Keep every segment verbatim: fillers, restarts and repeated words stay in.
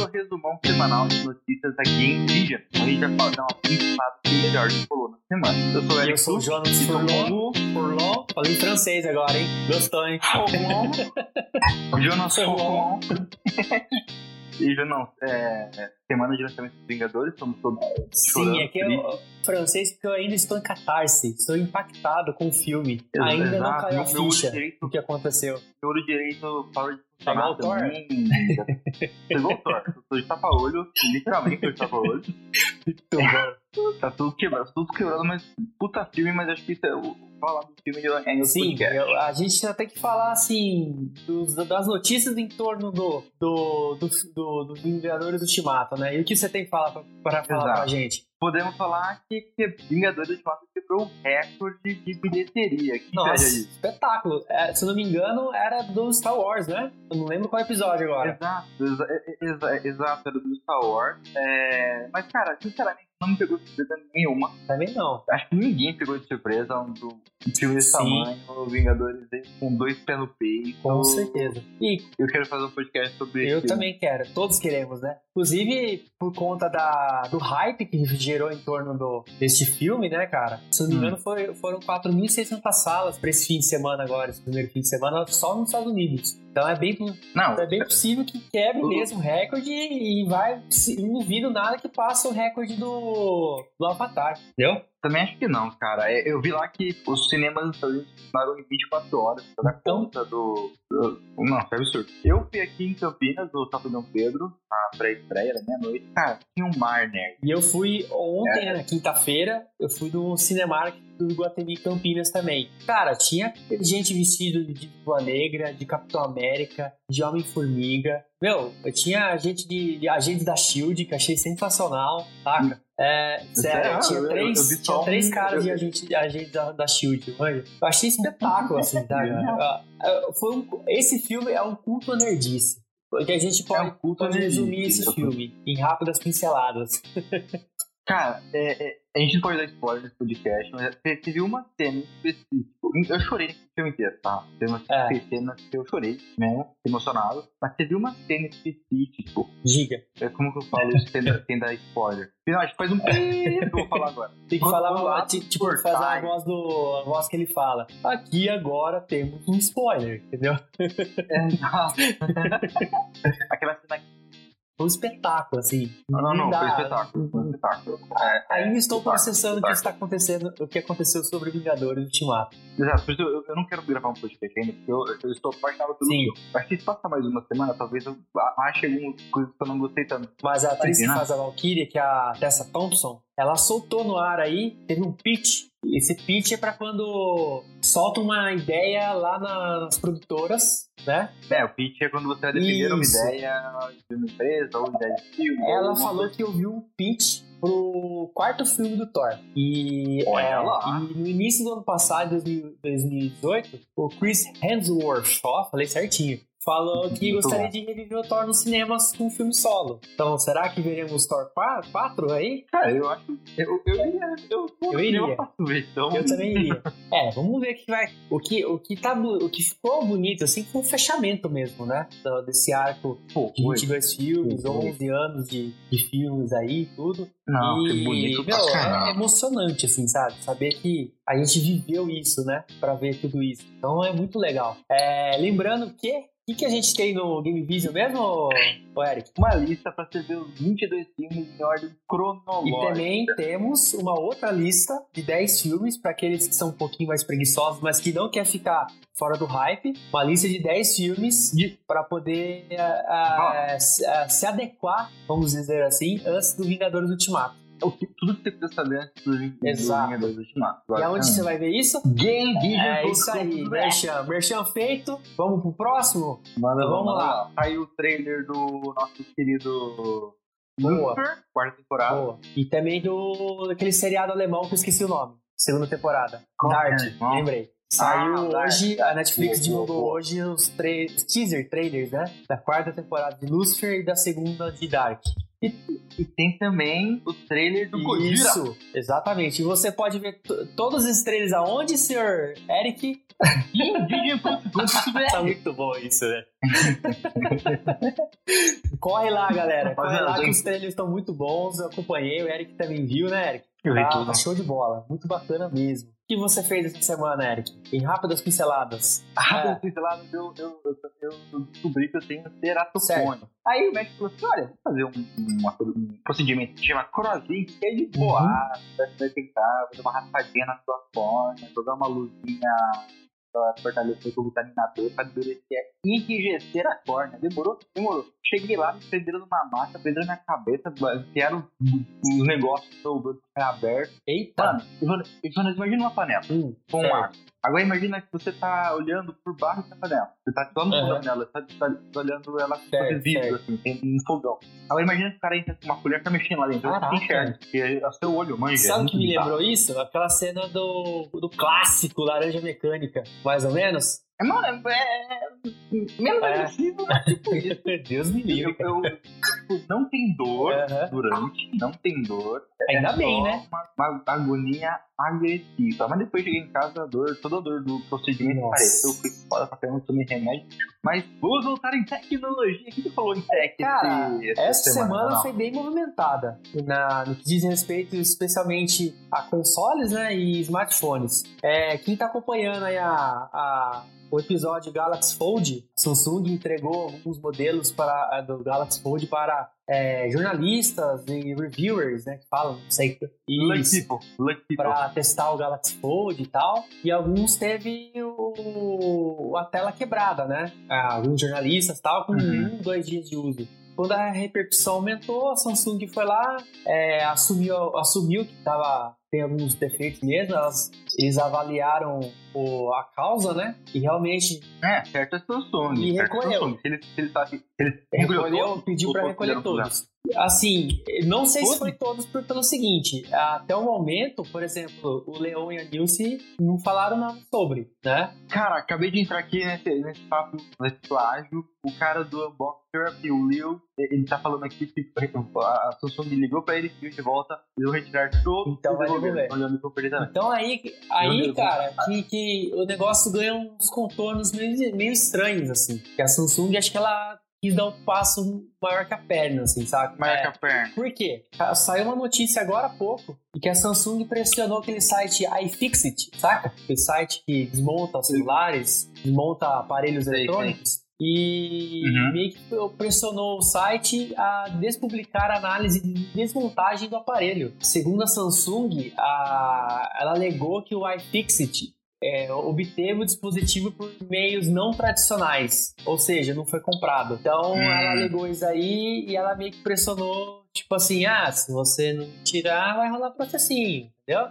resumão semanal de notícias aqui em Vision. A gente vai falar uma pincelada do melhor que rolou na semana. Eu sou o Eric. Eu sou o Jonas Furlong. Furlong. Falei em francês agora, hein? Gostou, hein? O Jonas Furlong. E não, é, semana de lançamento dos Vingadores, estamos todos chorando. Sim, é que eu, francês, porque eu ainda estou em catarse, estou impactado com o filme. Exato, ainda exato. não caiu a Meu ficha direito, do que aconteceu. Meu olho direito parou de Tá funcionar igual o Thor? também. Pegou o Thor. Eu tô de tapa-olho, literalmente tô de tapa-olho. Muito bom. Tá tudo quebrado, tudo quebrado, mas puta filme, mas acho que isso é o falar do filme é em outro Sim, podcast. eu, a gente já tem que falar, assim, dos, das notícias em torno do, do, do, do, do Vingadores Ultimato, né? E o que você tem que falar pra, pra falar Exato. pra gente? Podemos falar que, que Vingadores Ultimato quebrou o recorde de bilheteria. Que Nossa, inveja disso. espetáculo. É, se eu não me engano, era do Star Wars, né? Eu não lembro qual episódio agora. Exato, exa, exa, exato, era do Star Wars. É, mas, cara, sinceramente, não me pegou de surpresa nenhuma. Também não. Acho que ninguém pegou de surpresa um, do, um filme desse Sim. tamanho, Vingadores com dois pés no peito. Com certeza. E eu quero fazer um podcast sobre eu isso. também quero, todos queremos, né? Inclusive, por conta da, do hype que gerou em torno do, deste filme, né, cara? Se eu não me engano, hum. foi, foram quatro mil e seiscentas salas pra esse fim de semana agora, esse primeiro fim de semana, só nos Estados Unidos. Então é bem, não, é bem possível que quebre mesmo o recorde e vai, não duvido nada que passe o recorde do, do Avatar, entendeu? Também acho que não, cara. Eu vi lá que os cinemas dos Estados Unidos funcionaram em vinte e quatro horas pra dar Então, conta do, do... Não, é absurdo. Eu fui aqui em Campinas, no São Dom Pedro, a pré-estreia, era meia-noite. Cara, tinha um mar, né? E eu fui ontem, é. na quinta-feira, eu fui no Cinemark do Iguatemi Campinas também. Cara, tinha gente vestida de Viúva Negra, de Capitão América, de Homem-Formiga. Meu, eu tinha gente de, de agente da Shield, que achei sensacional, saca? É, sério, é, tinha eu, três, eu, eu tinha um, três caras eu, de agente, de agente da, da Shield, mano. Eu achei espetáculo, assim, tá? Foi um, esse filme é um culto à nerdice. Porque a gente pode, é um pode resumir esse filme em rápidas pinceladas. Cara, é, é, a gente não pode dar spoiler nesse podcast, mas teve uma cena específica. Eu chorei nesse filme inteiro, tá? Teve uma é. cena que eu chorei, né? Emocionado. Mas teve uma cena específica. Diga. É como que eu falo isso sem, sem dar spoiler? Não, acho que faz um tempo que eu vou falar agora. Tem que falar, uma, tipo, fazer a voz, do, a voz que ele fala. Aqui agora temos um spoiler, entendeu? É, aquela cena aqui. Um espetáculo, assim. Não, não, não, foi espetáculo. Foi espetáculo. É, Ainda estou processando o que está acontecendo, o que aconteceu sobre Vingadores Ultimato. Exato, por isso eu, eu não quero gravar um podcast ainda, porque eu, eu estou apaixonado pelo filme. Acho que se passar mais uma semana, talvez eu ache algumas coisas que eu não gostei tanto. Mas a atriz que faz a Valkyria, que é a Tessa Thompson, ela soltou no ar aí, teve um pitch. Esse pitch é pra quando solta uma ideia lá na, nas produtoras, né? É, o pitch é quando você vai defender uma ideia de uma empresa ou ideia de filme. Ela falou que ouviu um pitch pro quarto filme do Thor. E, Olha é, lá. E no início do ano passado, dois mil e dezoito, o Chris Hemsworth, ó, falei certinho, falou que Muito gostaria bom. de reviver o Thor nos cinemas com um filme solo. Então, será que veremos Thor quatro aí? Cara, eu acho... Eu, eu iria... Eu, eu iria. Eu, faço, então... eu também iria. É, vamos ver o que vai... O que, o que, tá, o que ficou bonito, assim, foi o fechamento mesmo, né? Desse arco Pô, de vinte e dois foi. filmes, foi. onze anos de, de filmes aí, tudo. Não, e, que bonito meu, pra é emocionante, assim, sabe? Saber que a gente viveu isso, né? Pra ver tudo isso. Então é muito legal. É, lembrando que O que, que a gente tem no Game Vision mesmo, ô Eric? Uma lista para você ver os vinte e dois filmes em ordem cronológica. E também temos uma outra lista de dez filmes para aqueles que são um pouquinho mais preguiçosos, mas que não quer ficar fora do hype. Uma lista de dez filmes para poder uh, uh, uh, se adequar, vamos dizer assim, antes do Vingadores Ultimato. O que, tudo que você precisa saber antes do, do Vingadores Ultimato. E aonde você vai ver isso? Game Vision. É isso aí, merchan. Merchan feito. Vamos pro próximo? Manda, então, vamos lá. lá. Saiu o trailer do nosso querido Lucifer, quarta temporada. Boa. E também do daquele seriado alemão que eu esqueci o nome. Segunda temporada. Qual Dart, é? lembrei. Saiu ah, hoje, Dart. a Netflix boa, divulgou boa. hoje os, tra- os teaser trailers, né? Da quarta temporada de Lucifer e da segunda de Dark. E, e tem também o trailer do Gojira. Isso, exatamente. E você pode ver t- todos os trailers aonde, senhor Eric? Tá muito bom isso, né? Corre lá, galera. Corre lá que os trailers estão muito bons. Eu acompanhei, o Eric também viu, né, Eric? Eu vi tá, tudo. Tá show de bola. Muito bacana mesmo. O que você fez essa semana, Eric? Em rápidas pinceladas. Rápidas é. pinceladas, eu, eu, eu, eu descobri que eu tenho ceratofone. Aí o médico falou assim, olha, vou fazer um, uma, um procedimento que chama crosslink, que é de boa. Uhum. Você vai tentar fazer uma raspadinha na sua fone, jogar uma luzinha pra fortalecer o vitaminador, pra endurecer e enrijecer a córnea. Demorou? Demorou. Cheguei lá, me prenderam numa massa, prenderam na minha cabeça, vieram os negócios do aberto. Eita! Mano, imagina uma panela hum, com um arco. Agora imagina que você tá olhando por baixo da panela. Você tá só no fundo da panela, você tá, tá olhando ela por vidro, assim, tem um fogão. Agora imagina que o cara entra com uma colher e tá mexendo lá dentro. Caraca. Você enxerga, porque é o seu olho manja. Sabe o que me bizarro. lembrou isso? Aquela cena do, do clássico Laranja Mecânica, mais ou menos? É, mano, é... é menos É. agressivo, né? Tipo isso. Deus me livre. Eu, eu, tipo, não tem dor Uhum. durante, não tem dor. Ainda é bem, só né? Uma, uma agonia agressiva. Mas depois cheguei em casa, a dor, toda a dor do procedimento apareceu. Fui fora pra caramba, tomei remédio. Mas vamos voltar em tecnologia. O que você falou em tech? Cara, esse, essa semana, semana foi bem movimentada. Na, no que diz respeito especialmente a consoles, né, e smartphones. É, quem tá acompanhando aí a, a, o episódio Galaxy Fold, Samsung entregou alguns modelos para, do Galaxy Fold para é, jornalistas e reviewers, né, que falam, não sei, Lucky people, lucky people. para testar o Galaxy Fold e tal. E alguns teve o, a tela quebrada, né? Alguns jornalistas e tal, com uhum. um, dois dias de uso. Quando a repercussão aumentou, a Samsung foi lá, é, assumiu, assumiu que tava, tem alguns defeitos mesmo, elas, eles avaliaram o, a causa, né? E realmente... É, certo é Samsung. E recolheu. Samsung. Se ele, se ele, tá, se ele recolheu, todos, pediu para recolher todos. Assim, não sei Todo? se foi todos por, pelo seguinte, até o momento, por exemplo, o Leon e a Nilce não falaram nada sobre, né? Cara, acabei de entrar aqui nesse, nesse papo, nesse plágio, o cara do Unbox Therapy, o Leo, ele tá falando aqui que a Samsung ligou pra ele, pediu de volta, eu retirar todo então vai devolver. Então aí, aí cara, que, que o negócio ganha uns contornos meio, meio estranhos, assim, que a Samsung, acho que ela quis dar um passo maior que a perna, assim, sabe? Maior é. que a perna. Por quê? Saiu uma notícia agora há pouco e que a Samsung pressionou aquele site iFixit, saca? Aquele site que desmonta celulares, desmonta aparelhos sei, eletrônicos. Sei. E uhum. meio que pressionou o site a despublicar a análise de desmontagem do aparelho. Segundo a Samsung, a... ela alegou que o iFixit É, obteve o dispositivo por meios não tradicionais, ou seja, não foi comprado. Então hum. ela alegou isso aí e ela meio que pressionou, tipo assim, ah, se você não tirar, vai rolar processinho, entendeu?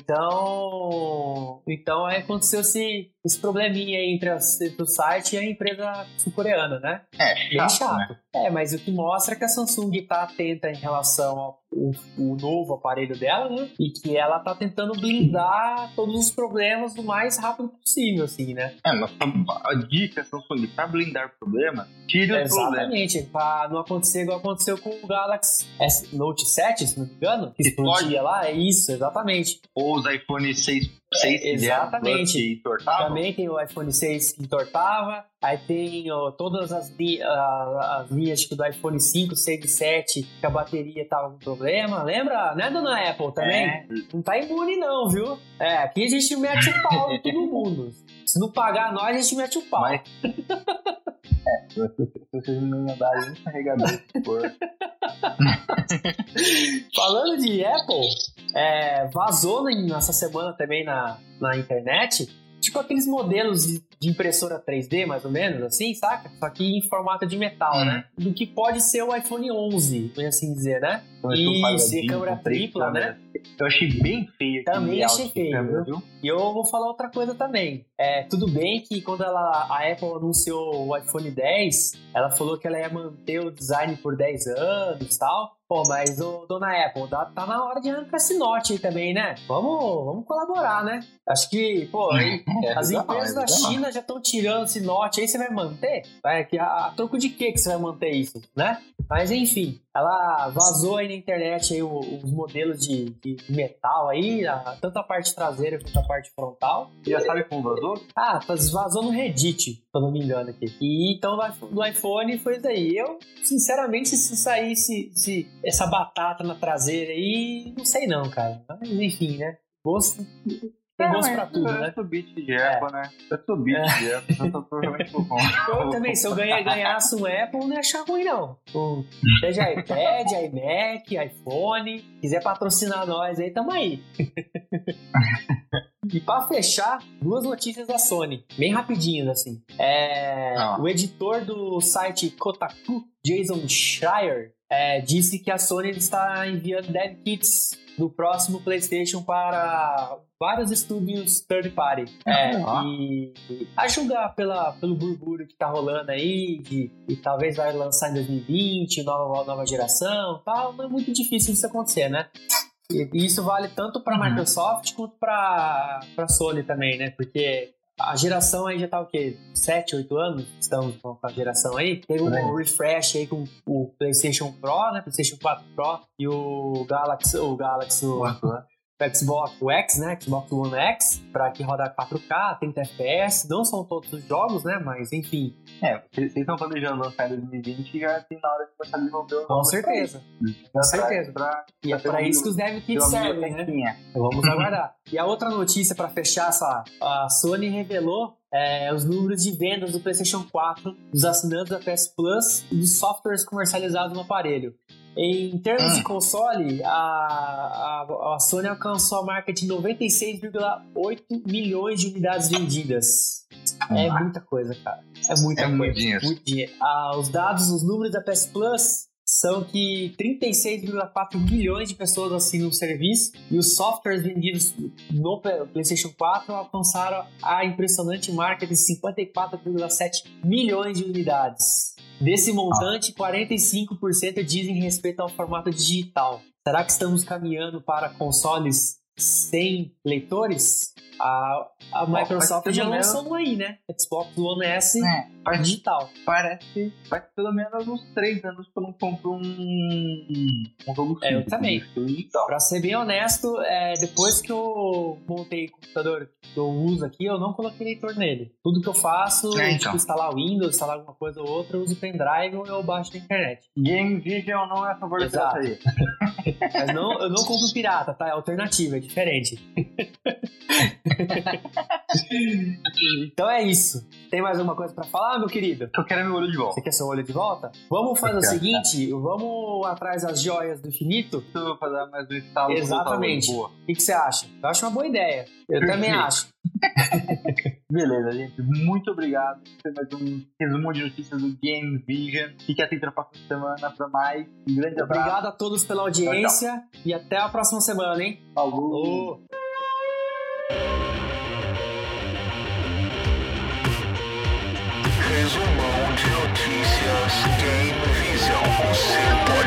Então, então aí aconteceu esse, esse probleminha aí entre, as, entre o site e a empresa sul-coreana, né? É, bem chato, chato. Né? É, mas o que mostra é que a Samsung tá atenta em relação ao o, o novo aparelho dela, né? E que ela tá tentando blindar todos os problemas o mais rápido possível, assim, né? É, mas a dica Samsung pra blindar o problema, tira o problema. Exatamente, pra não acontecer igual aconteceu com o Galaxy S Note sete, se não me engano, que explodia lá, é isso, exatamente. Ou os iPhone seis, seis é, exatamente. Que entortavam. Também tem o iPhone seis que entortava, aí tem ó, todas as, li, uh, as linhas tipo, do iPhone cinco, seis e sete, que a bateria tava com problema, lembra? Né, dona Apple, também? É. Não tá imune não, viu? É, aqui a gente mete o pau em todo mundo. Se não pagar nós, a gente mete o pau. Mas... é, se vocês me mandarem um carregador por... Falando de Apple, é, vazou nessa semana também na, na internet, tipo aqueles modelos de, de impressora três D, mais ou menos, assim, saca? Só que em formato de metal, hum. né? Do que pode ser o iPhone onze, por assim dizer, né? Isso, e câmera tripla, né? Eu achei bem feio. Também achei feio, viu? E eu vou falar outra coisa também. É, tudo bem que quando ela, a Apple anunciou o iPhone dez, ela falou que ela ia manter o design por dez anos e tal. Pô, mas, ô, dona Apple, tá na hora de arrancar esse note aí também, né? Vamos, vamos colaborar, né? Acho que, pô, aí, é, as empresas da China já estão tirando esse note aí, você vai manter? Vai, que a, a troco de que que você vai manter isso, né? Mas, enfim, ela vazou aí na internet aí os, os modelos de, de metal aí, a, tanto a parte traseira quanto a parte frontal. E já sabe como vazou? Ah, vazou no Reddit, se eu não me engano aqui. E então do iPhone foi isso aí. Eu, sinceramente, se saísse se, essa batata na traseira aí, não sei não, cara. Mas, enfim, né? Gosto... Tem é, gosto pra tudo, eu né? Eu sou beat de Apple, é. né? Eu sou beat é. de Apple, eu tô provavelmente por conta. Eu também, se eu ganhar, ganhasse um Apple, não ia achar ruim, não. Um, seja iPad, iMac, iPhone, quiser patrocinar nós aí, tamo aí. E pra fechar, duas notícias da Sony, bem rapidinhas, assim. É, ah. O editor do site Kotaku, Jason Schreier, é, disse que a Sony está enviando dev kits do próximo PlayStation para vários estúdios third party. É, ah. e, e a julgar pela, pelo burburinho que tá rolando aí, de, e talvez vai lançar em dois mil e vinte, nova, nova geração e tal, não é muito difícil isso acontecer, né? E isso vale tanto para a uhum. Microsoft quanto para a Sony também, né? Porque a geração aí já tá o quê? sete, oito anos? Estamos com a geração aí. Teve um é. refresh aí com o PlayStation Pro, né? PlayStation quatro Pro e o Galaxy, o Galaxy, o, o Xbox o X, né? Xbox One X, para que roda quatro K, trinta F P S. Não são todos os jogos, né? Mas enfim. É, vocês estão planejando lançar em dois mil e vinte e já tem na hora de começar a desenvolver o Com certeza. Com certeza. Pra, e é para isso que os dev kits servem, né? Então, vamos aguardar. E a outra notícia para fechar essa, a Sony revelou é, os números de vendas do PlayStation quatro, dos assinantes da P S Plus e dos softwares comercializados no aparelho. Em termos hum. de console, a, a, a Sony alcançou a marca de noventa e seis vírgula oito milhões de unidades vendidas. Hum. É muita coisa, cara. É muita é coisa. Muito dinheiro. Muito dinheiro. Ah, os dados, os números da P S Plus são que trinta e seis vírgula quatro milhões de pessoas assinam o serviço e os softwares vendidos no PlayStation quatro alcançaram a impressionante marca de cinquenta e quatro vírgula sete milhões de unidades. Desse montante, quarenta e cinco por cento dizem respeito ao formato digital. Será que estamos caminhando para consoles sem leitores? A, a Microsoft já lançou um aí, né? Xbox One S é, faz, digital. Parece faz pelo menos uns três anos que eu não compro um, um jogo é, eu também. Digital. Pra ser bem honesto, é, depois que eu montei o computador que eu uso aqui, eu não coloquei leitor nele. Tudo que eu faço, é, então. tipo, instalar Windows, instalar alguma coisa ou outra, eu uso pendrive ou eu baixo da internet. Game Vision não é a favor dessa aí. Mas não, eu não compro pirata, tá? É alternativa, é diferente. Então é isso. Tem mais alguma coisa pra falar, meu querido? Eu quero meu olho de volta. Você quer seu olho de volta? Vamos fazer o seguinte, vamos atrás das joias do infinito? Eu vou fazer mais um estalo. Exatamente. O que, que você acha? Eu acho uma boa ideia. Eu Perfeito. também acho. Beleza, gente. Muito obrigado por mais um resumo de notícias do Game Vision. Fique atento na próxima semana pra mais. Um grande abraço. Obrigado a todos pela audiência. Tchau, tchau. E até a próxima semana, hein? Falou. Resumão de notícias Game Vision.